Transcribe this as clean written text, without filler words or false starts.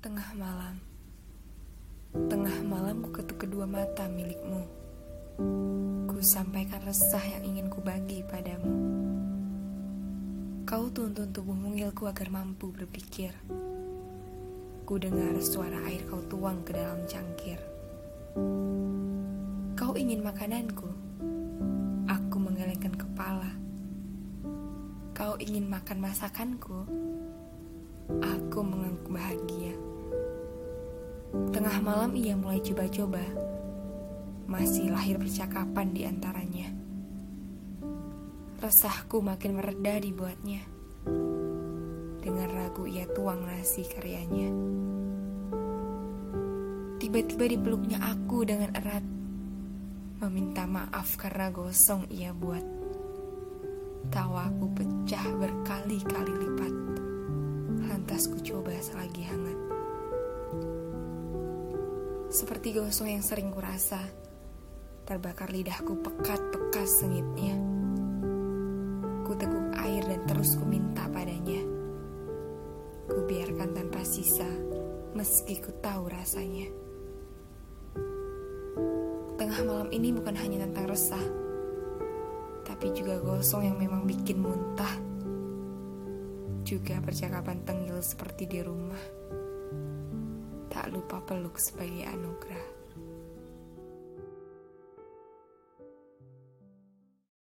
Tengah malam ku ketuk kedua mata milikmu. Ku sampaikan resah yang ingin ku bagi padamu. Kau tuntun tubuh mungilku agar mampu berpikir. Ku dengar suara air kau tuang ke dalam cangkir. Kau ingin makananku, aku menggelengkan kepala. Kau ingin makan masakanku, aku mengangguk bahagia. Tengah malam ia mulai coba-coba. Masih lahir percakapan di antaranya. Resahku makin mereda dibuatnya. Dengan ragu ia tuang nasi karyanya. Tiba-tiba dipeluknya aku dengan erat. Meminta maaf karena gosong ia buat. Tawaku pecah berkali-kali lipat. Lantas ku coba selagi hangat. Seperti gosong yang sering kurasa, terbakar lidahku pekat bekas sengitnya. Ku teguk air dan terus ku minta padanya. Ku biarkan tanpa sisa, meski ku tahu rasanya. Tengah malam ini bukan hanya tentang resah, tapi juga gosong yang memang bikin muntah. Juga percakapan tengil seperti di rumah. Tak lupa peluk sebagai anugerah.